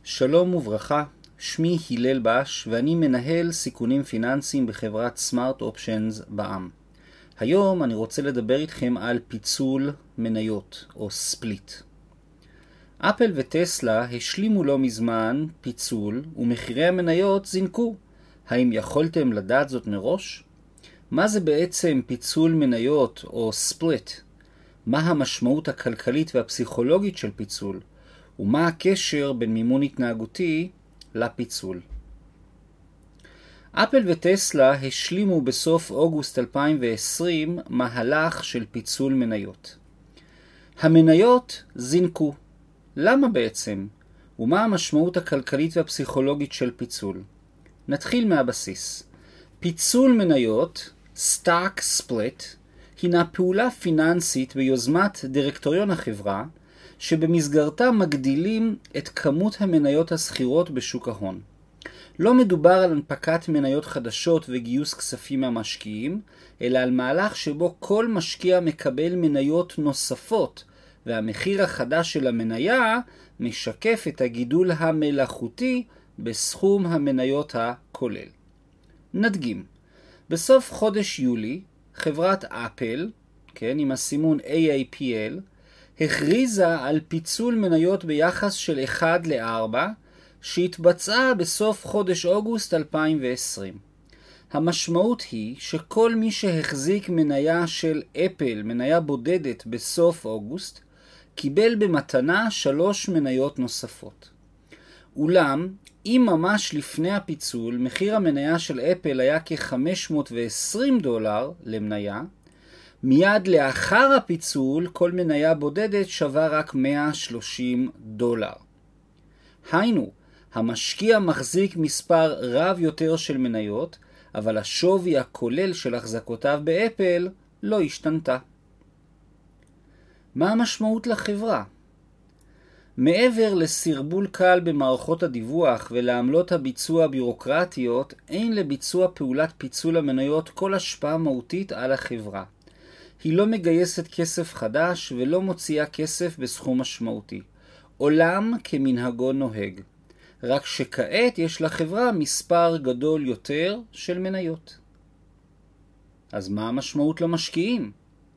שלום וברכה, שמי הלל בש ואני מנהל סיכונים פיננסיים בחברת סמארט אופשנס בע"מ. היום אני רוצה לדבר איתכם על פיצול מניות או ספליט. אפל וטסלה השלימו לא מזמן פיצול ומחירי המניות זינקו. האם יכולתם לדעת זאת מראש? מה זה בעצם פיצול מניות או ספליט? מה המשמעות הכלכלית והפסיכולוגית של פיצול? ומה הקשר בין מימון התנהגותי לפיצול? אפל וטסלה השלימו בסוף אוגוסט 2020 מהלך של פיצול מניות. המניות זינקו. למה בעצם? ומה המשמעות הכלכלית והפסיכולוגית של פיצול? נתחיל מהבסיס. פיצול מניות, stock split, הינה פעולה פיננסית ביוזמת דירקטוריון החברה, שבמסגרתה מגדילים את כמות המניות הסחירות בשוק ההון. לא מדובר על הנפקת מניות חדשות וגיוס כספים מהמשקיעים, אלא על מהלך שבו כל משקיע מקבל מניות נוספות, והמחיר החדש של המניה משקף את הגידול המלאכותי בסכום המניות הכולל. נדגים. בסוף חודש יולי, חברת אפל, עם הסימון AAPL, הכריזה על פיצול מניות ביחס של 1:4 שהתבצעה בסוף חודש אוגוסט 2020. המשמעות היא שכל מי שהחזיק מניה של אפל, מניה בודדת בסוף אוגוסט, קיבל במתנה 3 מניות נוספות. אולם, אם ממש לפני הפיצול מחיר המניה של אפל היה כ$520 למניה, מיד לאחר הפיצול כל מניה בודדת שווה רק $130. היינו, המשקיע מחזיק מספר רב יותר של מניות, אבל השווי הכולל של החזקותיו באפל לא השתנתה. מה המשמעות לחברה? מעבר לסרבול קל במערכות הדיווח ולעמלות הביצוע הבירוקרטיות, אין לביצוע פעולת פיצול המניות כל השפעה מהותית על החברה. היא לא מגייסת כסף חדש ולא מוציאה כסף בסכום משמעותי. עולם כמנהגו נוהג. רק שכעת יש לחברה מספר גדול יותר של מניות. אז מה המשמעות למשקיעים?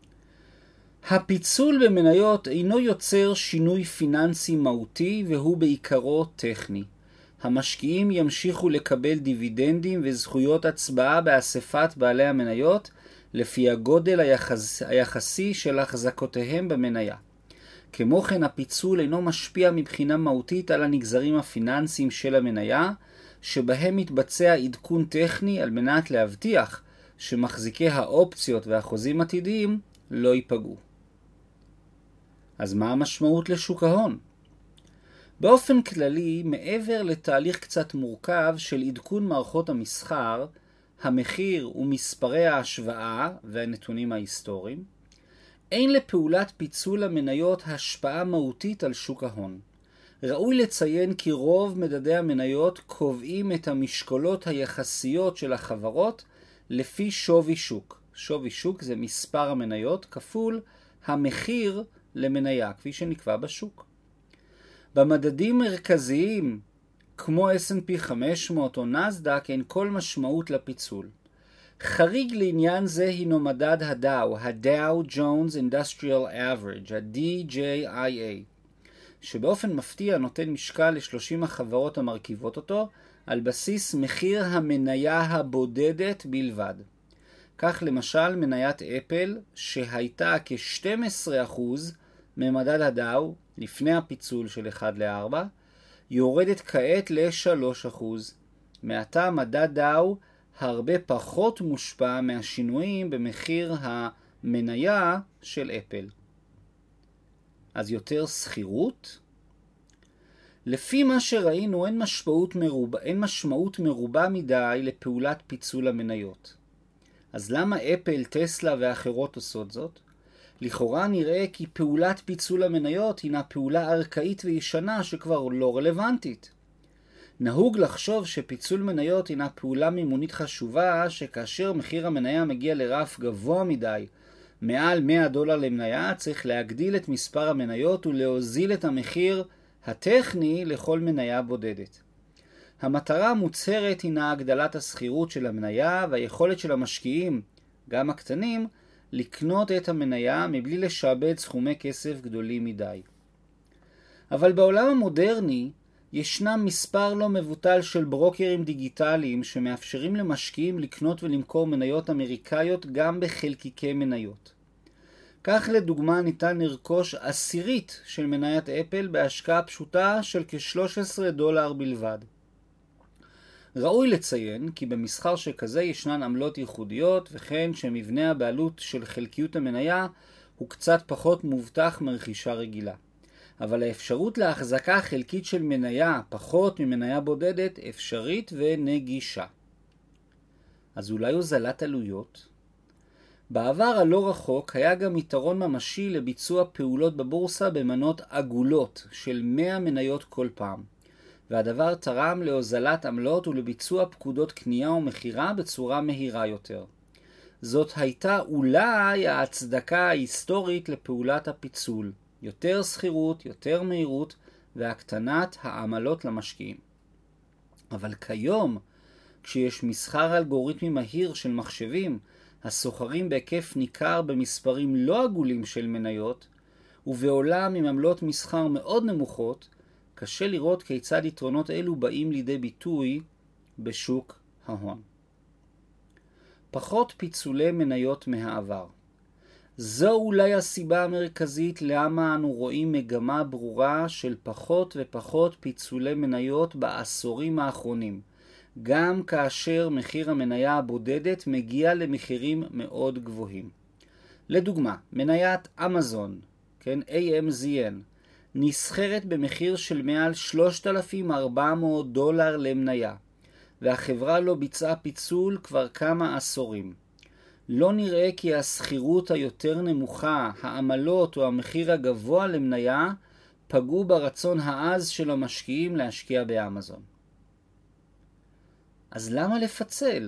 הפיצול במניות אינו יוצר שינוי פיננסי מהותי והוא בעיקרו טכני. המשקיעים ימשיכו לקבל דיבידנדים וזכויות הצבעה באספת בעלי המניות לפי הגודל היחסי של החזקותיהם במניה. כמו כן, הפיצול אינו משפיע מבחינה מהותית על הנגזרים הפיננסיים של המניה, שבהם מתבצע עדכון טכני על מנת להבטיח שמחזיקי האופציות והחוזים עתידיים לא ייפגעו. אז מה המשמעות לשוק ההון? באופן כללי, מעבר לתהליך קצת מורכב של עדכון מערכות המסחר, המחיר ומספרי ההשוואה והנתונים ההיסטוריים, אין לפעולת פיצול המניות השפעה מהותית על שוק ההון. ראוי לציין כי רוב מדדי המניות קובעים את המשקולות היחסיות של החברות לפי שווי שוק. שווי שוק זה מספר המניות כפול המחיר למניה, כפי שנקבע בשוק. במדדים מרכזיים, כמו S&P 500 או נסדק, אין כל משמעות לפיצול. חריג לעניין זה הינו מדד הדאו, ה-Dow Jones Industrial Average, ה-DJIA, שבאופן מפתיע נותן משקל ל-30 החברות המרכיבות אותו, על בסיס מחיר המניה הבודדת בלבד. כך למשל מניית אפל, שהייתה כ-12% ממדד הדאו לפני הפיצול של 1:4, יורדת כעת ל-3%. מעתה מדד דאו הרבה פחות מושפע מהשינויים במחיר המניה של אפל. אז יותר סחירות? לפי מה שראינו אין משמעות מרובה מדי לפעולת פיצול המניות. אז למה אפל, טסלה ואחרות עושות זאת? לכאורה נראה כי פעולת פיצול המניות הינה פעולה ארכאית וישנה שכבר לא רלוונטית. נהוג לחשוב שפיצול מניות הינה פעולה מימונית חשובה שכאשר מחיר המניה מגיע לרף גבוה מדי, מעל $100 למניה, צריך להגדיל את מספר המניות ולהוזיל את המחיר הטכני לכל מניה בודדת. המטרה המוצהרת הינה הגדלת הסחירות של המניה והיכולת של המשקיעים, גם הקטנים, לקנות את המניה מבלי לשעבד סכומי כסף גדולים מדי. אבל בעולם המודרני ישנם מספר לא מבוטל של ברוקרים דיגיטליים שמאפשרים למשקיעים לקנות ולמכור מניות אמריקאיות גם בחלקיקי מניות. כך לדוגמה ניתן לרכוש 1/10 של מניית אפל בהשקעה פשוטה של $13 בלבד. ראוי לציין כי במסחר שכזה ישנן עמלות ייחודיות וכן שמבנה הבעלות של חלקיות המניה הוא קצת פחות מובטח מרכישה רגילה. אבל האפשרות להחזקה חלקית של מניה פחות ממניה בודדת אפשרית ונגישה. אז אולי הוזלת עלויות? בעבר הלא רחוק היה גם יתרון ממשי לביצוע פעולות בבורסה במנות עגולות של 100 מניות כל פעם. והדבר תרם להוזלת עמלות ולביצוע פקודות קנייה ומחירה בצורה מהירה יותר. זאת הייתה אולי ההצדקה ההיסטורית לפעולת הפיצול. יותר סחירות, יותר מהירות והקטנת העמלות למשקיעים. אבל כיום, כשיש מסחר אלגוריתמי מהיר של מחשבים, הסוחרים בהיקף ניכר במספרים לא עגולים של מניות, ובעולם עם עמלות מסחר מאוד נמוכות, קשה לראות כיצד יתרונות אלו באים לידי ביטוי בשוק ההון. פחות פיצולי מניות מהעבר. זו אולי הסיבה המרכזית למה אנו רואים מגמה ברורה של פחות ופחות פיצולי מניות בעשורים האחרונים, גם כאשר מחיר המניה הבודדת מגיע למחירים מאוד גבוהים. לדוגמה, מניית אמזון, כן, AMZN, נסחרת במחיר של מעל $3,400 למניה, והחברה לא ביצעה פיצול כבר כמה עשורים. לא נראה כי הסחירות היותר נמוכה, העמלות או המחיר הגבוה למניה פגעו ברצון העז של המשקיעים להשקיע באמזון. אז למה לפצל?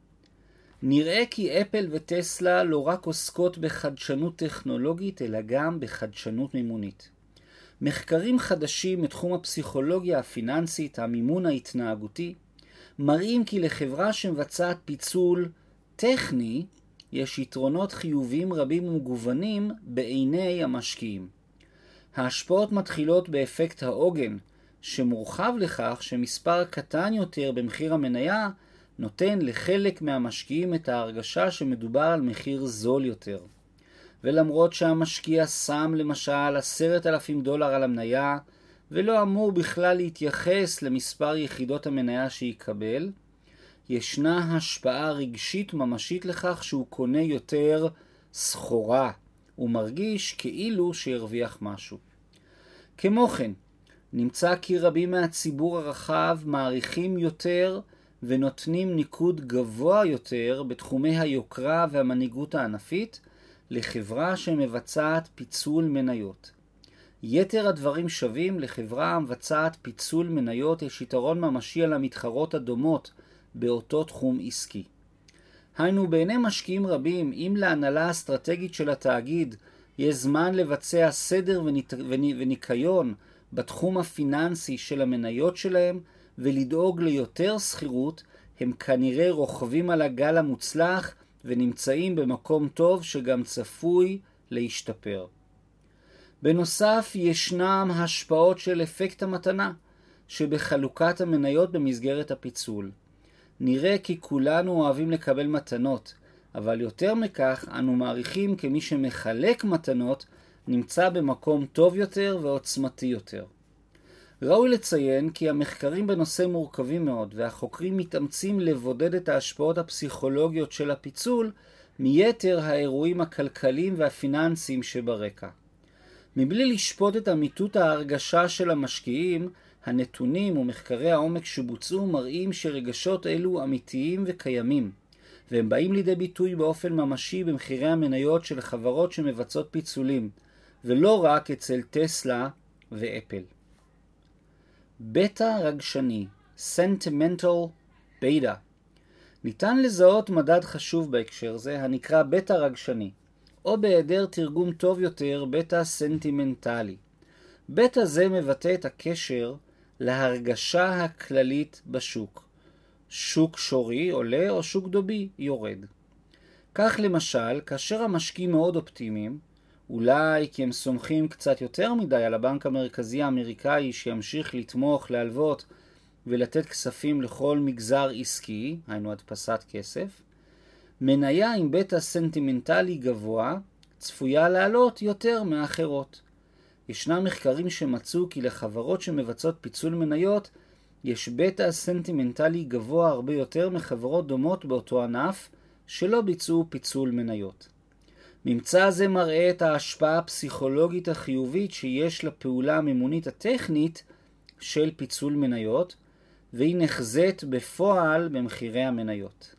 נראה כי אפל וטסלה לא רק עוסקות בחדשנות טכנולוגית אלא גם בחדשנות מימונית. מחקרים חדשים מתחום הפסיכולוגיה הפיננסית, המימון ההתנהגותי, מראים כי לחברה שמבצעת פיצול טכני יש יתרונות חיוביים רבים ומגוונים בעיני המשקיעים. ההשפעות מתחילות באפקט העוגן, שמורחב לכך שמספר קטן יותר במחיר המניה נותן לחלק מהמשקיעים את ההרגשה שמדובר על מחיר זול יותר. ולמרות שהמשקיע שם למשל $10,000 על המניה ולא אמור בכלל להתייחס למספר יחידות המניה שיקבל, ישנה השפעה רגשית ממשית לכך שהוא קונה יותר סחורה ומרגיש כאילו שירוויח משהו. כמו כן, נמצא כי רבים מהציבור הרחב מעריכים יותר ונותנים ניקוד גבוה יותר בתחומי היוקרה והמנהיגות הענפית לחברה שמבצעת פיצול מניות. יתר הדברים שווים לחברה המבצעת פיצול מניות יש יתרון ממשי על המתחרות הדומות באותו תחום עסקי. היינו בעיני משקיעים רבים, אם להנהלה האסטרטגית של התאגיד יש זמן לבצע סדר וניקיון בתחום הפיננסי של המניות שלהם ולדאוג ליותר סחירות, הם כנראה רוכבים על הגל המוצלח ונמצאים במקום טוב שגם צפוי להשתפר. בנוסף ישנם השפעות של אפקט המתנה שבחלוקת המניות במסגרת הפיצול. נראה כי כולנו אוהבים לקבל מתנות, אבל יותר מכך אנו מעריכים כמי שמחלק מתנות נמצא במקום טוב יותר ועוצמתי יותר. ראוי לציין כי המחקרים בנושא מורכבים מאוד והחוקרים מתאמצים לבודד את ההשפעות הפסיכולוגיות של הפיצול מיתר האירועים הכלכליים והפיננסיים שברקע. מבלי לשפוט את אמיתות ההרגשה של המשקיעים, הנתונים ומחקרי העומק שבוצעו מראים שרגשות אלו אמיתיים וקיימים, והם באים לידי ביטוי באופן ממשי במחירי המניות של חברות שמבצעות פיצולים, ולא רק אצל טסלה ואפל. בטא רגשני, Sentimental Beta. ניתן לזהות מדד חשוב בהקשר זה הנקרא בטא רגשני, או בהיעדר תרגום טוב יותר בטא סנטימנטלי. בטא זה מבטא את הקשר להרגשה הכללית בשוק. שוק שורי עולה או שוק דובי יורד. כך למשל, כאשר המשקיעים מאוד אופטימיים, אולי כי הם סומכים קצת יותר מדי על הבנק המרכזי האמריקאי שימשיך לתמוך, להלוות ולתת כספים לכל מגזר עסקי, היינו הדפסת כסף, מניה עם בטא סנטימנטלי גבוה צפויה לעלות יותר מאחרות. ישנם מחקרים שמצאו כי לחברות שמבצעות פיצול מניות יש בטא סנטימנטלי גבוה הרבה יותר מחברות דומות באותו ענף שלא ביצעו פיצול מניות. ממצא זה מראה את ההשפעה הפסיכולוגית החיובית שיש לפעולה המימונית הטכנית של פיצול מניות, והיא נחזית בפועל במחירי המניות.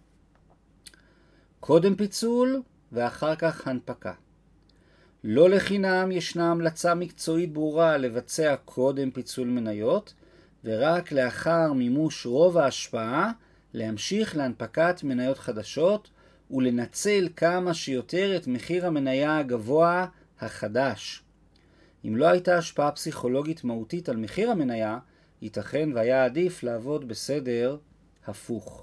קודם פיצול ואחר כך הנפקה. לא לחינם ישנה המלצה מקצועית ברורה לבצע קודם פיצול מניות, ורק לאחר מימוש רוב ההשפעה להמשיך להנפקת מניות חדשות ולנצל כמה שיותר את מחיר המניה הגבוה החדש. אם לא הייתה השפעה פסיכולוגית מהותית על מחיר המניה, ייתכן והיה עדיף לעבוד בסדר הפוך.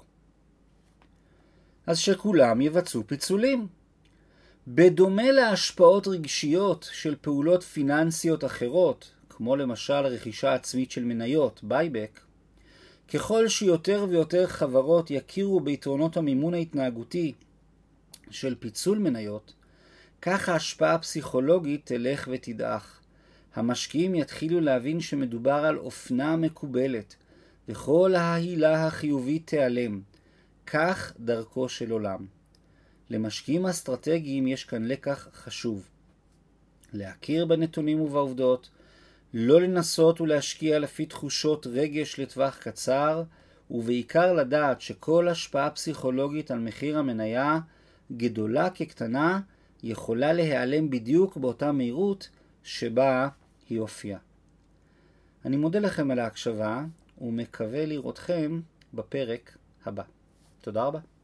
אז שכולם יבצעו פיצולים. בדומה להשפעות רגשיות של פעולות פיננסיות אחרות, כמו למשל רכישה עצמית של מניות, בייבק, ככל שיותר ויותר חברות יכירו ביתרונות המימון ההתנהגותי של פיצול מניות, כך ההשפעה הפסיכולוגית תלך ותדעך. המשקיעים יתחילו להבין שמדובר על אופנה מקובלת, וכל ההילה החיובית תיעלם. כך דרכו של עולם. למשקיעים אסטרטגיים יש כאן לקח חשוב. להכיר בנתונים ובעובדות, לא לנסות ולהשקיע לפי תחושות רגש לטווח קצר, ובעיקר לדעת שכל השפעה פסיכולוגית על מחיר המניה, גדולה כקטנה, יכולה להיעלם בדיוק באותה מהירות שבה היא הופיעה. אני מודה לכם על ההקשבה ומקווה לראותכם בפרק הבא. תודה רבה.